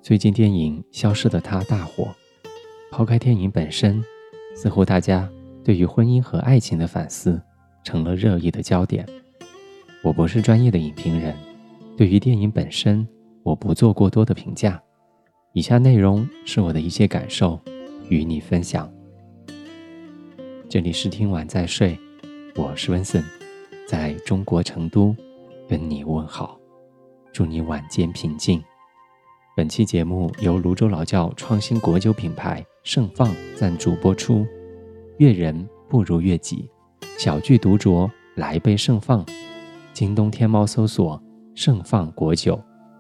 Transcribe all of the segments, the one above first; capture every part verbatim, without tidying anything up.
最近电影《消失的她》大火，抛开电影本身，似乎大家对于婚姻和爱情的反思成了热议的焦点。我不是专业的影评人，对于电影本身，我不做过多的评价。以下内容是我的一些感受，与你分享。这里是听完再睡，我是温森，在中国成都跟你问好，祝你晚间平静。本期节目由泸州老窖创新果酒品牌盛放赞助播出。悦人不如悦己，小聚独酌来杯盛放。京东天猫搜索盛放果酒。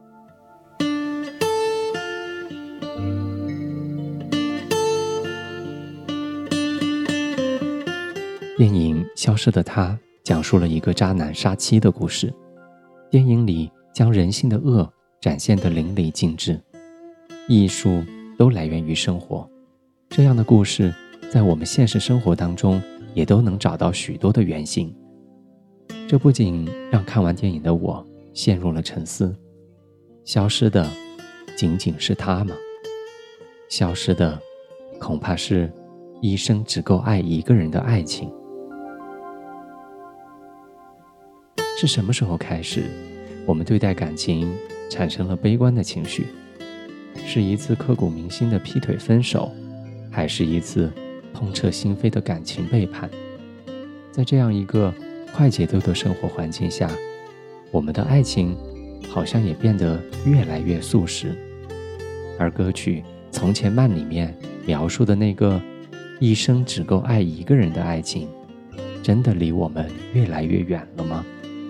电影《消失的她》讲述了一个渣男杀妻的故事。电影里将人性的恶展现得淋漓尽致，艺术都来源于生活。这样的故事在我们现实生活当中也都能找到许多的原型。这不仅让看完电影的我陷入了沉思，消失的仅仅是他吗？消失的恐怕是一生只够爱一个人的爱情。是什么时候开始，我们对待感情产生了悲观的情绪？是一次刻骨铭心的劈腿分手，还是一次痛彻心扉的感情背叛？在这样一个快节奏的生活环境下，我们的爱情好像也变得越来越速食。而歌曲《从前慢》里面描述的那个一生只够爱一个人的爱情，真的离我们越来越远了吗？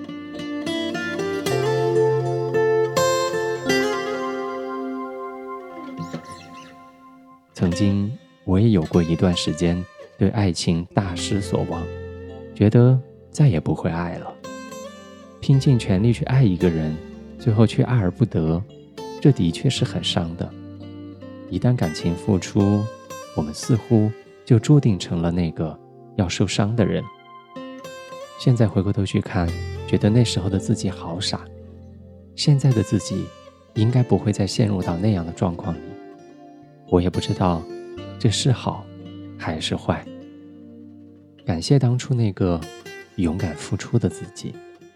曾经我也有过一段时间对爱情大失所望，觉得再也不会爱了。拼尽全力去爱一个人，最后却爱而不得，这的确是很伤的。一旦感情付出，我们似乎就注定成了那个要受伤的人。现在回过头去看，觉得那时候的自己好傻，现在的自己应该不会再陷入到那样的状况里。我也不知道这是好还是坏。感谢当初那个勇敢付出的自己。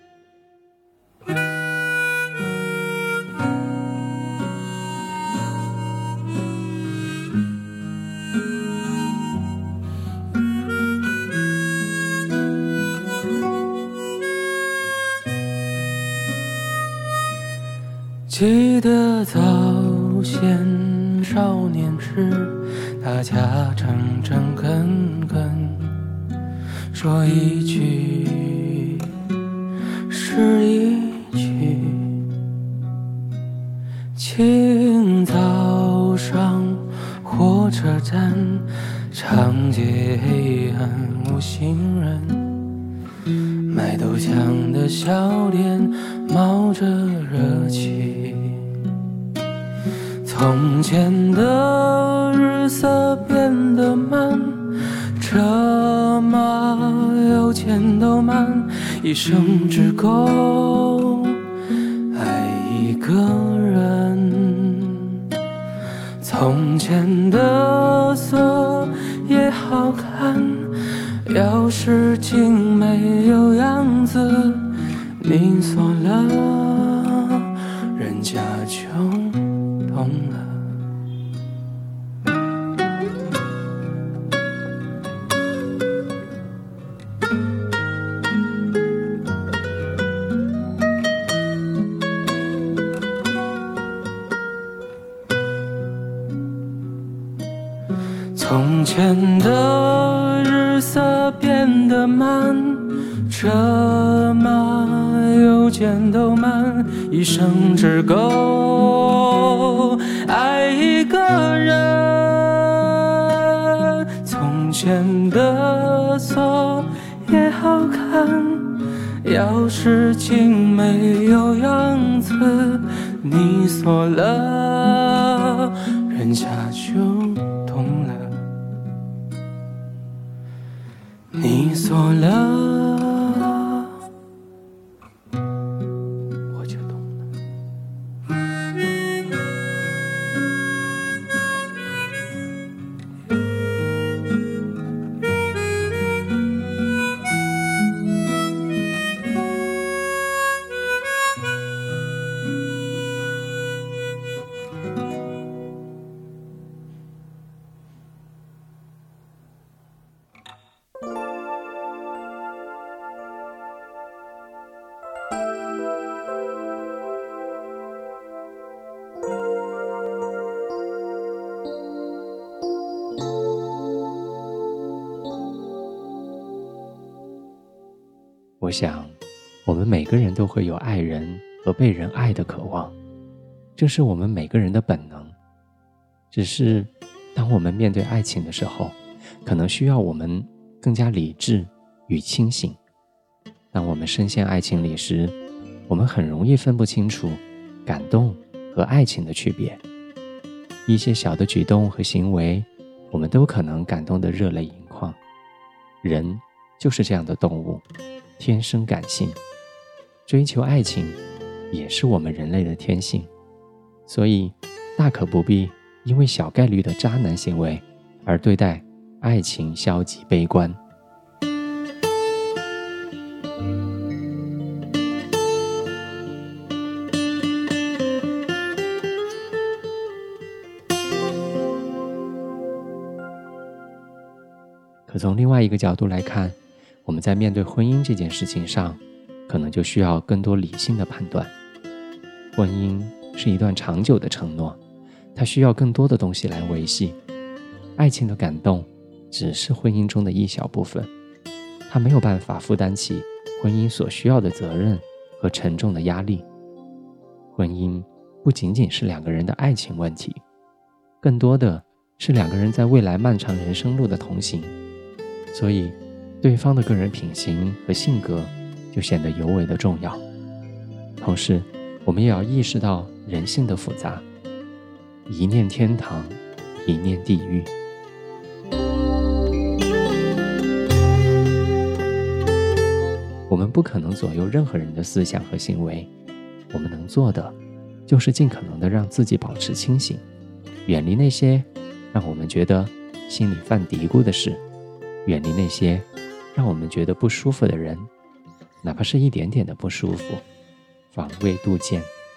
记得早先少年时，大家诚诚恳恳，说一句是一句。清早上火车站，长街黑暗无行人，卖豆浆的小店冒着热气。从前的日色变得慢，车马邮件都慢，一生只够爱一个人。从前的锁也好看，钥匙竟没有样子，你锁了，人家就懂了。从前的日色变得慢，车马邮件都慢，一生只够爱一个人。从前的锁也好看，钥匙竟没有样子，你锁了，人家就懂了。你锁了，我就懂了。 想，我们每个人都会有爱人和被人爱的渴望，这是我们每个人的本能。只是当我们面对爱情的时候，可能需要我们更加理智与清醒。当我们深陷爱情里时，我们很容易分不清楚感动和爱情的区别。一些小的举动和行为，我们都可能感动得热泪盈眶。人就是这样的动物，天生感性，追求爱情也是我们人类的天性，所以大可不必因为小概率的渣男行为而对待爱情消极悲观。可从另外一个角度来看，我们在面对婚姻这件事情上，可能就需要更多理性的判断。婚姻是一段长久的承诺，它需要更多的东西来维系。爱情的感动只是婚姻中的一小部分，它没有办法负担起婚姻所需要的责任和沉重的压力。婚姻不仅仅是两个人的爱情问题，更多的是两个人在未来漫长人生路的同行。所以对方的个人品行和性格就显得尤为的重要。同时我们也要意识到人性的复杂，一念天堂，一念地狱。我们不可能左右任何人的思想和行为，我们能做的就是尽可能的让自己保持清醒，远离那些让我们觉得心里犯嘀咕的事，远离那些让我们觉得不舒服的人，哪怕是一点点的不舒服，防微杜渐。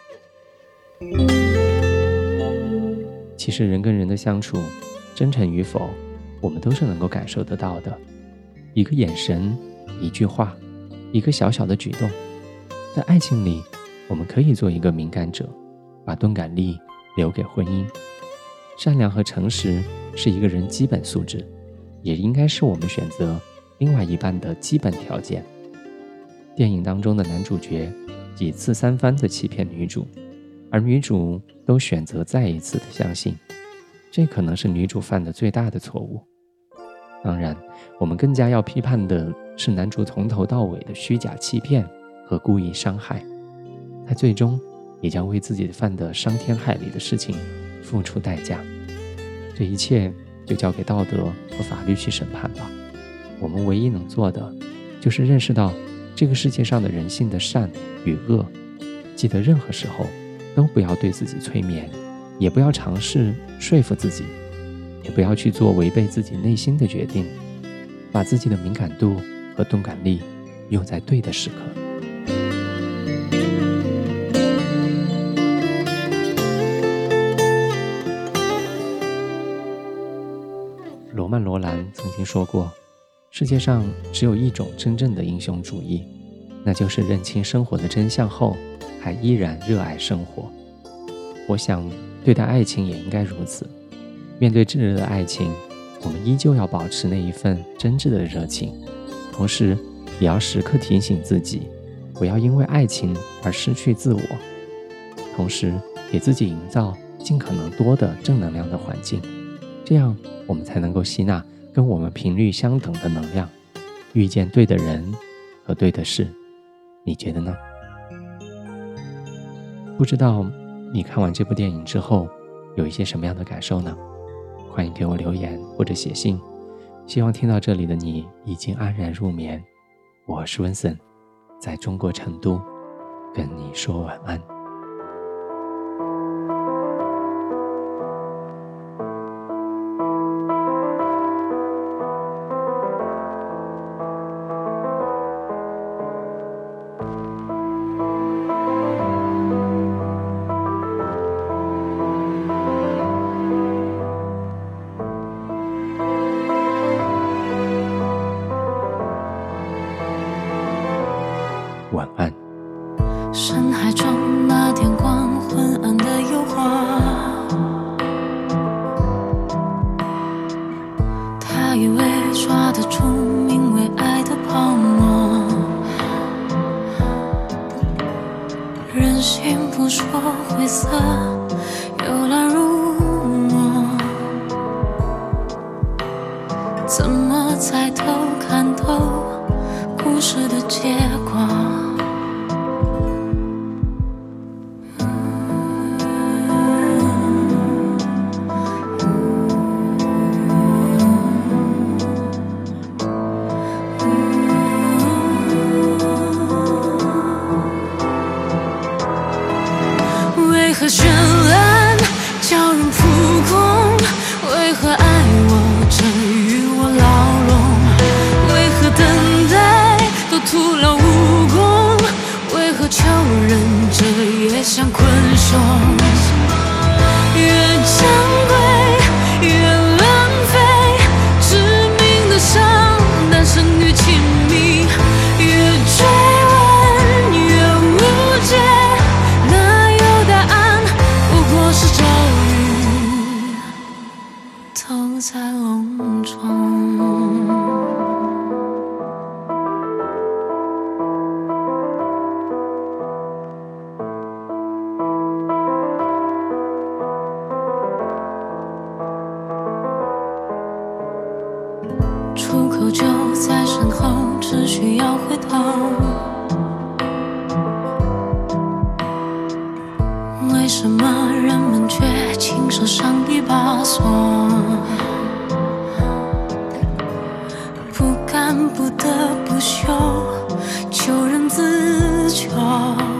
其实人跟人的相处，真诚与否，我们都是能够感受得到的。一个眼神，一句话，一个小小的举动，在爱情里，我们可以做一个敏感者，把钝感力留给婚姻。善良和诚实是一个人基本素质，也应该是我们选择另外一半的基本条件。电影当中的男主角几次三番的欺骗女主，而女主都选择再一次的相信，这可能是女主犯的最大的错误。当然，我们更加要批判的是男主从头到尾的虚假欺骗和故意伤害，他最终也将为自己犯的伤天害理的事情付出代价。这一切就交给道德和法律去审判吧。我们唯一能做的就是认识到这个世界上的人性的善与恶，记得任何时候都不要对自己催眠，也不要尝试说服自己，也不要去做违背自己内心的决定，把自己的敏感度和钝感力用在对的时刻。罗曼·罗兰曾经说过，世界上只有一种真正的英雄主义，那就是认清生活的真相后还依然热爱生活。我想对待爱情也应该如此，面对炙热的爱情，我们依旧要保持那一份真挚的热情，同时也要时刻提醒自己，不要因为爱情而失去自我，同时给自己营造尽可能多的正能量的环境，这样我们才能够吸纳跟我们频率相等的能量，遇见对的人和对的事。你觉得呢？不知道你看完这部电影之后有一些什么样的感受呢？欢迎给我留言或者写信。希望听到这里的你已经安然入眠。我是温森，在中国成都跟你说晚安。晚安。 深海中那色由来入魔，怎么才偷看透故事的结果？为何绚烂叫人扑空？为何爱我这与我牢笼？为何等待都徒劳无功？为何求人这也像困兽？越珍贵越浪费，致命的伤诞生于亲密，越追问越无解。是咒语投在笼中，出口就在身后，只需要回头。为什么人们却亲手上一把锁？不干不得不休，求人自救。